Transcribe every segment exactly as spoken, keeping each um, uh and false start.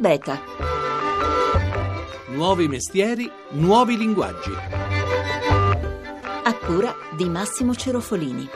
Beta. Nuovi mestieri, nuovi linguaggi. A cura di Massimo Cerofolini.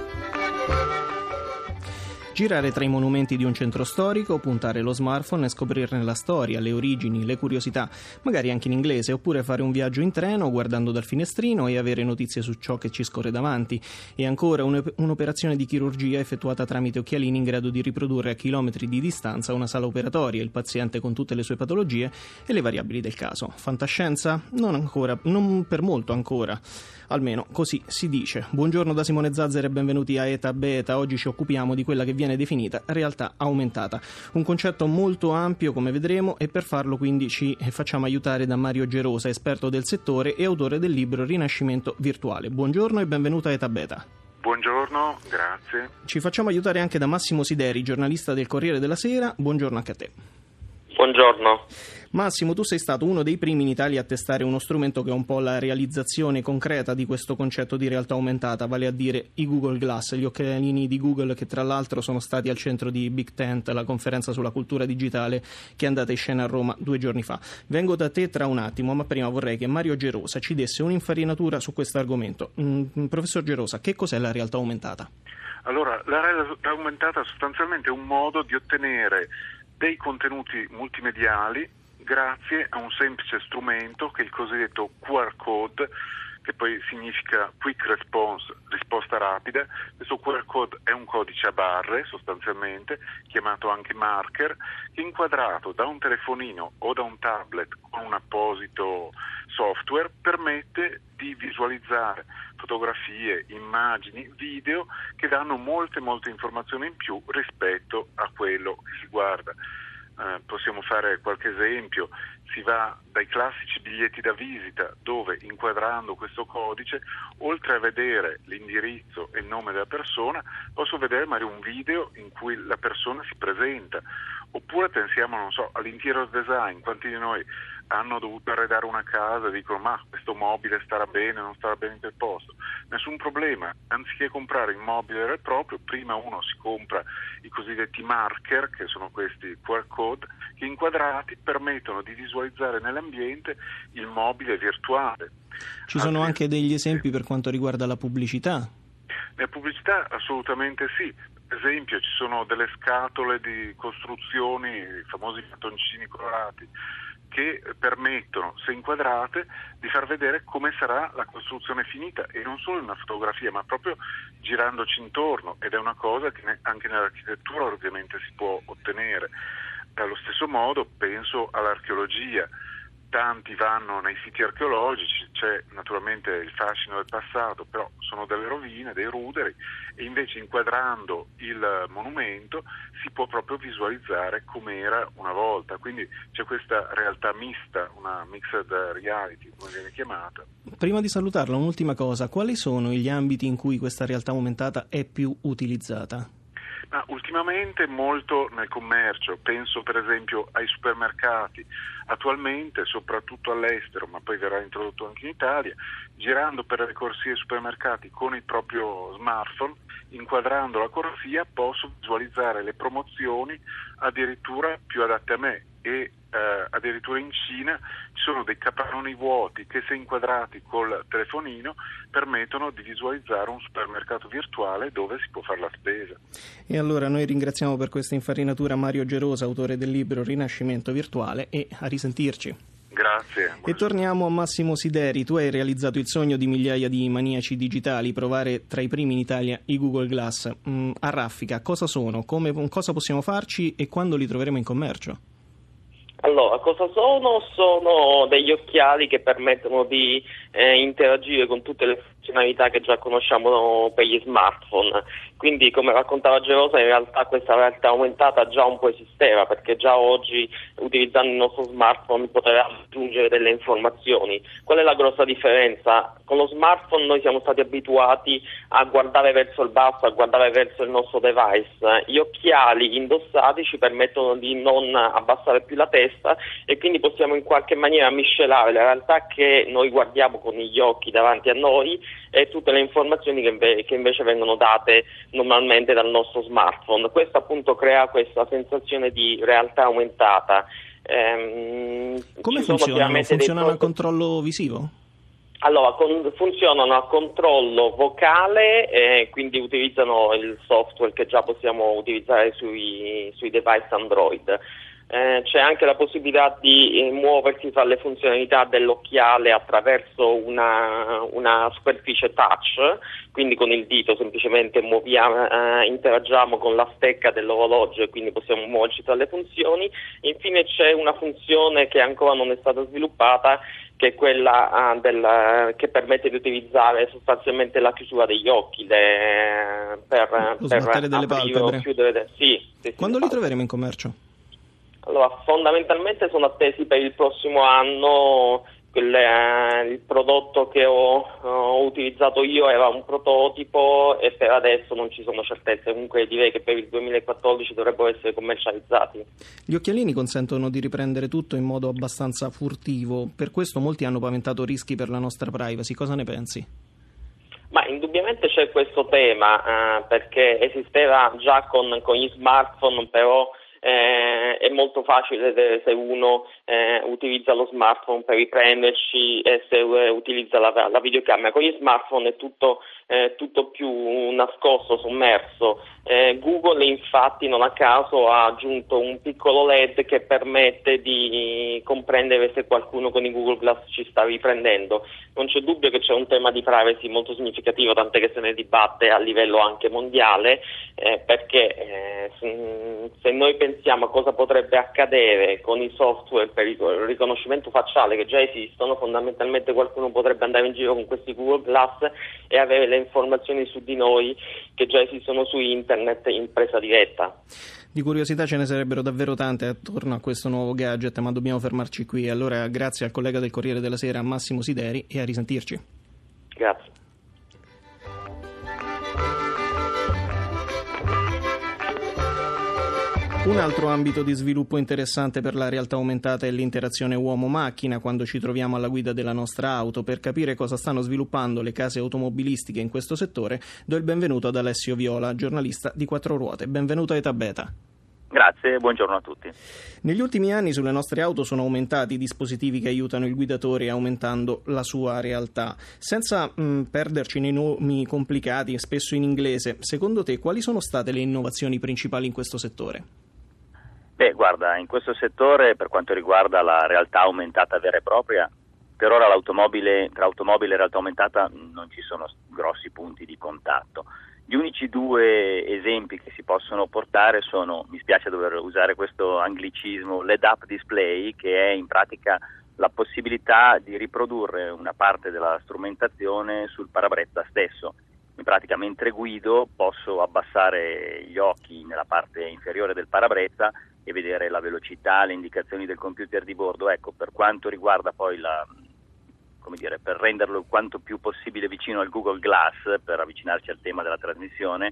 Girare tra i monumenti di un centro storico, puntare lo smartphone e scoprirne la storia, le origini, le curiosità, magari anche in inglese, oppure fare un viaggio in treno guardando dal finestrino e avere notizie su ciò che ci scorre davanti. E ancora un'operazione di chirurgia effettuata tramite occhialini in grado di riprodurre a chilometri di distanza una sala operatoria, il paziente con tutte le sue patologie e le variabili del caso. Fantascienza? Non ancora, non per molto ancora. Almeno così si dice. Buongiorno da Simone Zazzer e benvenuti a Eta Beta. Oggi ci occupiamo di quella che viene definita realtà aumentata. Un concetto molto ampio, come vedremo, e per farlo quindi ci facciamo aiutare da Mario Gerosa, esperto del settore e autore del libro Rinascimento Virtuale. Buongiorno e benvenuto a Eta Beta. Buongiorno, grazie. Ci facciamo aiutare anche da Massimo Sideri, giornalista del Corriere della Sera. Buongiorno anche a te. Buongiorno. Massimo, tu sei stato uno dei primi in Italia a testare uno strumento che è un po' la realizzazione concreta di questo concetto di realtà aumentata, vale a dire i Google Glass, gli occhialini di Google che tra l'altro sono stati al centro di Big Tent, la conferenza sulla cultura digitale che è andata in scena a Roma due giorni fa. Vengo da te tra un attimo, ma prima vorrei che Mario Gerosa ci desse un'infarinatura su questo argomento. Mm, professor Gerosa, che cos'è la realtà aumentata? Allora, la realtà aumentata sostanzialmente è un modo di ottenere dei contenuti multimediali grazie a un semplice strumento che è il cosiddetto Q R code, che poi significa Quick Response, risposta rapida. Questo Q R code è un codice a barre sostanzialmente, chiamato anche marker, che inquadrato da un telefonino o da un tablet con un apposito software permette di visualizzare fotografie, immagini, video che danno molte molte informazioni in più rispetto a quello che si guarda. Uh, possiamo fare qualche esempio. Si va dai classici biglietti da visita dove, inquadrando questo codice, oltre a vedere l'indirizzo e il nome della persona, posso vedere magari un video in cui la persona si presenta. Oppure pensiamo, non so, all'interior design. Quanti di noi hanno dovuto arredare una casa e dicono ma questo mobile starà bene, non starà bene in quel posto? Nessun problema, anziché comprare il mobile vero e proprio, prima uno si compra i cosiddetti marker, che sono questi Q R code, che inquadrati permettono di visualizzare nell'ambiente il mobile virtuale. Ci sono Altri... anche degli esempi per quanto riguarda la pubblicità? La pubblicità assolutamente sì. Per esempio ci sono delle scatole di costruzioni, i famosi mattoncini colorati, che permettono, se inquadrate, di far vedere come sarà la costruzione finita, e non solo in una fotografia, ma proprio girandoci intorno, ed è una cosa che anche nell'architettura ovviamente si può ottenere. Allo stesso modo penso all'archeologia. Tanti vanno nei siti archeologici, c'è naturalmente il fascino del passato, però sono delle rovine, dei ruderi, e invece inquadrando il monumento si può proprio visualizzare com'era una volta. Quindi c'è questa realtà mista, una mixed reality, come viene chiamata. Prima di salutarla, un'ultima cosa: quali sono gli ambiti in cui questa realtà aumentata è più utilizzata? Ma ultimamente molto nel commercio, penso per esempio ai supermercati. Attualmente, soprattutto all'estero, ma poi verrà introdotto anche in Italia, girando per le corsie ai supermercati con il proprio smartphone, inquadrando la corsia, posso visualizzare le promozioni addirittura più adatte a me. E eh, addirittura in Cina ci sono dei capannoni vuoti che, se inquadrati col telefonino, permettono di visualizzare un supermercato virtuale dove si può fare la spesa. E allora noi ringraziamo per questa infarinatura Mario Gerosa, autore del libro Rinascimento Virtuale, e a risentirci. Grazie. E torniamo a Massimo Sideri. Tu hai realizzato il sogno di migliaia di maniaci digitali, provare tra i primi in Italia i Google Glass. Mm, a raffica, cosa sono? Come, cosa possiamo farci e quando li troveremo in commercio? Allora, cosa sono? Sono degli occhiali che permettono di eh, interagire con tutte le funzionalità che già conosciamo per gli smartphone. Quindi, come raccontava Gerosa, in realtà questa realtà aumentata già un po' esisteva, perché già oggi, utilizzando il nostro smartphone, potevamo aggiungere delle informazioni. Qual è la grossa differenza? Con lo smartphone noi siamo stati abituati a guardare verso il basso, a guardare verso il nostro device. Gli occhiali indossati ci permettono di non abbassare più la testa, e quindi possiamo in qualche maniera miscelare la realtà che noi guardiamo con gli occhi davanti a noi e tutte le informazioni che, inve- che invece vengono date normalmente dal nostro smartphone. Questo appunto crea questa sensazione di realtà aumentata. Ehm, Come ci sono funzionano? chiaramente dei Funzionano al protocolli- controllo visivo? Allora, con- funzionano a controllo vocale, eh, quindi utilizzano il software che già possiamo utilizzare sui, sui device Android. Eh, c'è anche la possibilità di eh, muoversi fra le funzionalità dell'occhiale attraverso una, una superficie touch, quindi con il dito semplicemente muoviamo, eh, interagiamo con la stecca dell'orologio e quindi possiamo muoverci tra le funzioni. Infine c'è una funzione che ancora non è stata sviluppata, che è quella uh, del, che permette di utilizzare sostanzialmente la chiusura degli occhi le, per, Lo per sbattere delle aprire o palpebre. chiudere. De- sì, sì, sì, Quando le li palpebre. troveremo in commercio? Allora, fondamentalmente sono attesi per il prossimo anno. Quel, eh, il prodotto che ho, ho utilizzato io era un prototipo e per adesso non ci sono certezze, comunque direi che per il duemilaquattordici dovrebbero essere commercializzati. Gli occhialini consentono di riprendere tutto in modo abbastanza furtivo, per questo molti hanno paventato rischi per la nostra privacy. Cosa ne pensi? Ma indubbiamente c'è questo tema, eh, perché esisteva già con, con gli smartphone, però Eh, è molto facile se, se uno eh, utilizza lo smartphone per riprenderci e se eh, utilizza la, la videocamera. Con gli smartphone è tutto, eh, tutto più nascosto, sommerso. Eh, Google infatti non a caso ha aggiunto un piccolo L E D che permette di comprendere se qualcuno con i Google Glass ci sta riprendendo. Non c'è dubbio che c'è un tema di privacy molto significativo, tant'è che se ne dibatte a livello anche mondiale, eh, perché eh, se noi pensiamo a cosa potrebbe accadere con i software per il riconoscimento facciale che già esistono, fondamentalmente qualcuno potrebbe andare in giro con questi Google Glass e avere le informazioni su di noi che già esistono su internet in presa diretta. Di curiosità ce ne sarebbero davvero tante attorno a questo nuovo gadget, ma dobbiamo fermarci qui. Allora, grazie al collega del Corriere della Sera Massimo Sideri e a risentirci. Grazie. Un altro ambito di sviluppo interessante per la realtà aumentata è l'interazione uomo-macchina quando ci troviamo alla guida della nostra auto. Per capire cosa stanno sviluppando le case automobilistiche in questo settore, do il benvenuto ad Alessio Viola, giornalista di Quattro Ruote. Benvenuto a Eta Beta. Grazie, buongiorno a tutti. Negli ultimi anni sulle nostre auto sono aumentati i dispositivi che aiutano il guidatore aumentando la sua realtà. Senza mh, perderci nei nomi complicati, spesso in inglese, secondo te quali sono state le innovazioni principali in questo settore? Beh, guarda, in questo settore, per quanto riguarda la realtà aumentata vera e propria, per ora l'automobile, tra automobile e realtà aumentata non ci sono grossi punti di contatto. Gli unici due esempi che si possono portare sono, mi spiace dover usare questo anglicismo, l'H E D-up display, che è in pratica la possibilità di riprodurre una parte della strumentazione sul parabrezza stesso. In pratica, mentre guido, posso abbassare gli occhi nella parte inferiore del parabrezza e vedere la velocità, le indicazioni del computer di bordo. Ecco, per quanto riguarda poi la, come dire, per renderlo quanto più possibile vicino al Google Glass, per avvicinarci al tema della trasmissione,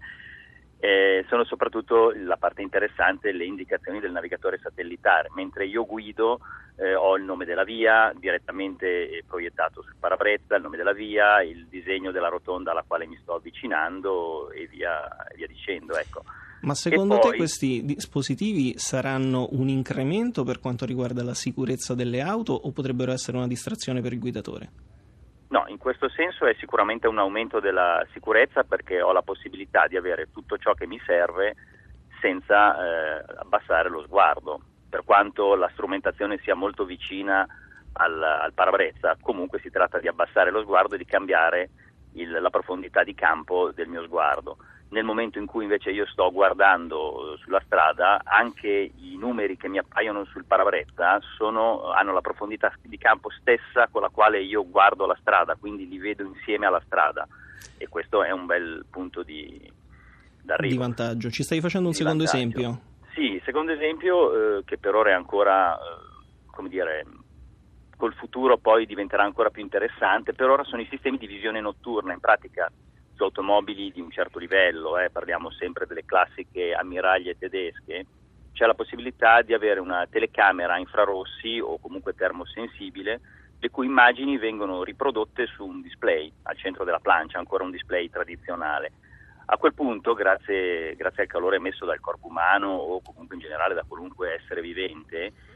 eh, sono soprattutto la parte interessante le indicazioni del navigatore satellitare. Mentre io guido eh, ho il nome della via direttamente proiettato sul parabrezza, il nome della via, il disegno della rotonda alla quale mi sto avvicinando e via, e via dicendo, ecco. Ma secondo poi, te questi dispositivi saranno un incremento per quanto riguarda la sicurezza delle auto o potrebbero essere una distrazione per il guidatore? No, in questo senso è sicuramente un aumento della sicurezza, perché ho la possibilità di avere tutto ciò che mi serve senza eh, abbassare lo sguardo. Per quanto la strumentazione sia molto vicina al, al parabrezza, comunque si tratta di abbassare lo sguardo e di cambiare il, la profondità di campo del mio sguardo. Nel momento in cui invece io sto guardando sulla strada, anche i numeri che mi appaiono sul parabrezza sono, hanno la profondità di campo stessa con la quale io guardo la strada, quindi li vedo insieme alla strada, e questo è un bel punto di d'arrivo. Di vantaggio. Ci stai facendo un Di secondo vantaggio. esempio? Sì, secondo esempio eh, che per ora è ancora, eh, come dire, col futuro poi diventerà ancora più interessante. Per ora sono i sistemi di visione notturna. In pratica su automobili di un certo livello, eh, parliamo sempre delle classiche ammiraglie tedesche, c'è la possibilità di avere una telecamera a infrarossi o comunque termosensibile, le cui immagini vengono riprodotte su un display al centro della plancia, ancora un display tradizionale. A quel punto, grazie, grazie al calore emesso dal corpo umano o comunque in generale da qualunque essere vivente,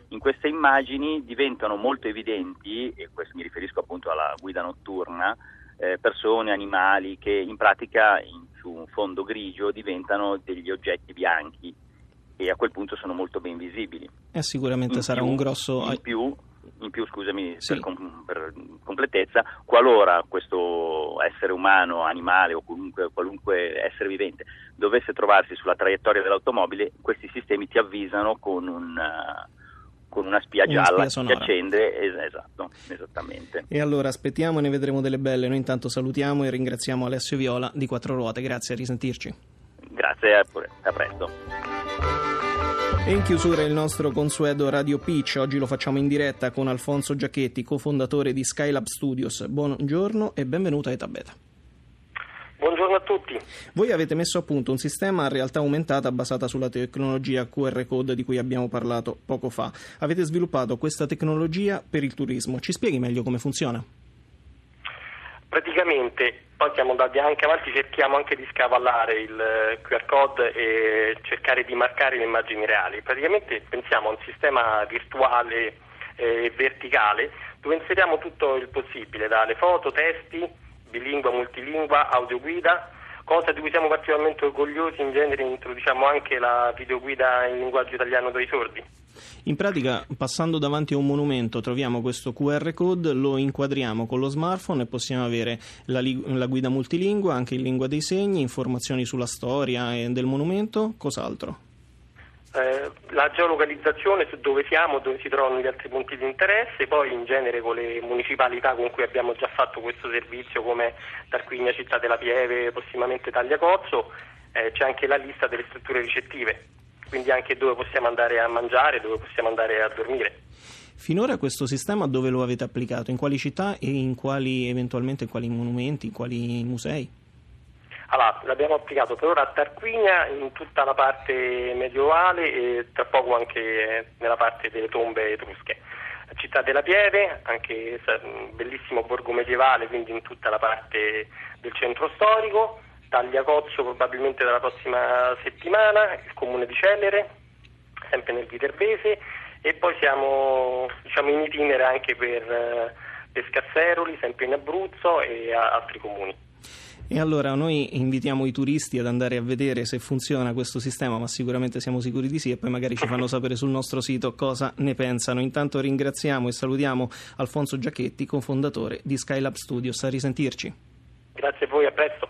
in queste immagini diventano molto evidenti, e questo mi riferisco appunto alla guida notturna, eh, persone, animali che in pratica in, su un fondo grigio diventano degli oggetti bianchi e a quel punto sono molto ben visibili. E sicuramente in sarà più, un grosso... In più, in più scusami, sì. per, com- per completezza, qualora questo essere umano, animale o comunque qualunque essere vivente dovesse trovarsi sulla traiettoria dell'automobile, questi sistemi ti avvisano con un... Uh, con una spia una gialla spia che accende, es- esatto, esattamente. E allora aspettiamo e ne vedremo delle belle. Noi intanto salutiamo e ringraziamo Alessio Viola di Quattro Ruote. Grazie, a risentirci. Grazie, a, a presto. E in chiusura il nostro consueto Radio Pitch. Oggi lo facciamo in diretta con Alfonso Giachetti, cofondatore di Skylab Studios. Buongiorno e benvenuto a Eta Beta. Buongiorno a tutti. Voi avete messo a punto un sistema a realtà aumentata basata sulla tecnologia Q R Code di cui abbiamo parlato poco fa. Avete sviluppato questa tecnologia per il turismo. Ci spieghi meglio come funziona? Praticamente, poi siamo andati anche avanti, cerchiamo anche di scavallare il Q R Code e cercare di marcare le immagini reali. Praticamente pensiamo a un sistema virtuale e eh, verticale dove inseriamo tutto il possibile, dalle foto, testi, bilingua, multilingua, audioguida, cosa di cui siamo particolarmente orgogliosi. In genere introduciamo anche la videoguida in linguaggio italiano dei sordi. In pratica, passando davanti a un monumento, troviamo questo Q R Code, lo inquadriamo con lo smartphone e possiamo avere la, la guida multilingua, anche in lingua dei segni, informazioni sulla storia del monumento, cos'altro? Eh, la geolocalizzazione su dove siamo, dove si trovano gli altri punti di interesse, poi in genere con le municipalità con cui abbiamo già fatto questo servizio come Tarquinia, Città della Pieve, prossimamente Tagliacozzo, eh, c'è anche la lista delle strutture ricettive, quindi anche dove possiamo andare a mangiare, dove possiamo andare a dormire. Finora questo sistema dove lo avete applicato? In quali città e in quali, eventualmente in quali monumenti, in quali musei? Allora, l'abbiamo applicato per ora a Tarquinia, in tutta la parte medievale e tra poco anche nella parte delle tombe etrusche. Città della Pieve, anche un bellissimo borgo medievale, quindi in tutta la parte del centro storico. Tagliacozzo probabilmente dalla prossima settimana, il comune di Cellere, sempre nel Viterbese, e poi siamo diciamo in itinere anche per Pescasseroli, sempre in Abruzzo, e a altri comuni. E allora noi invitiamo i turisti ad andare a vedere se funziona questo sistema, ma sicuramente siamo sicuri di sì, e poi magari ci fanno sapere sul nostro sito cosa ne pensano. Intanto ringraziamo e salutiamo Alfonso Giachetti, cofondatore di Skylab Studios. A risentirci. Grazie a voi, a presto.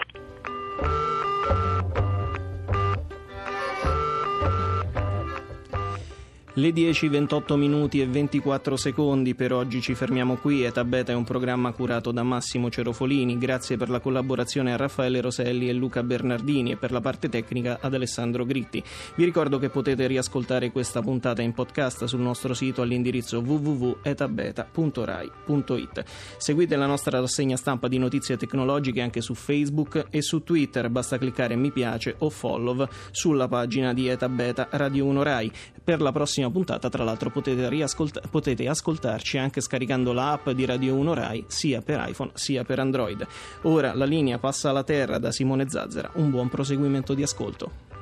Le dieci, ventotto minuti e ventiquattro secondi, per oggi ci fermiamo qui. Eta Beta è un programma curato da Massimo Cerofolini. Grazie per la collaborazione a Raffaele Roselli e Luca Bernardini e per la parte tecnica ad Alessandro Gritti. Vi ricordo che potete riascoltare questa puntata in podcast sul nostro sito all'indirizzo w w w punto etabeta punto rai punto it. Seguite la nostra rassegna stampa di notizie tecnologiche anche su Facebook e su Twitter. Basta cliccare mi piace o follow sulla pagina di Eta Beta Radio uno Rai. Per la prossima puntata, tra l'altro, potete, riascolta- potete ascoltarci anche scaricando la app di Radio uno Rai sia per iPhone sia per Android. Ora la linea passa alla terra da Simone Zazzera. Un buon proseguimento di ascolto.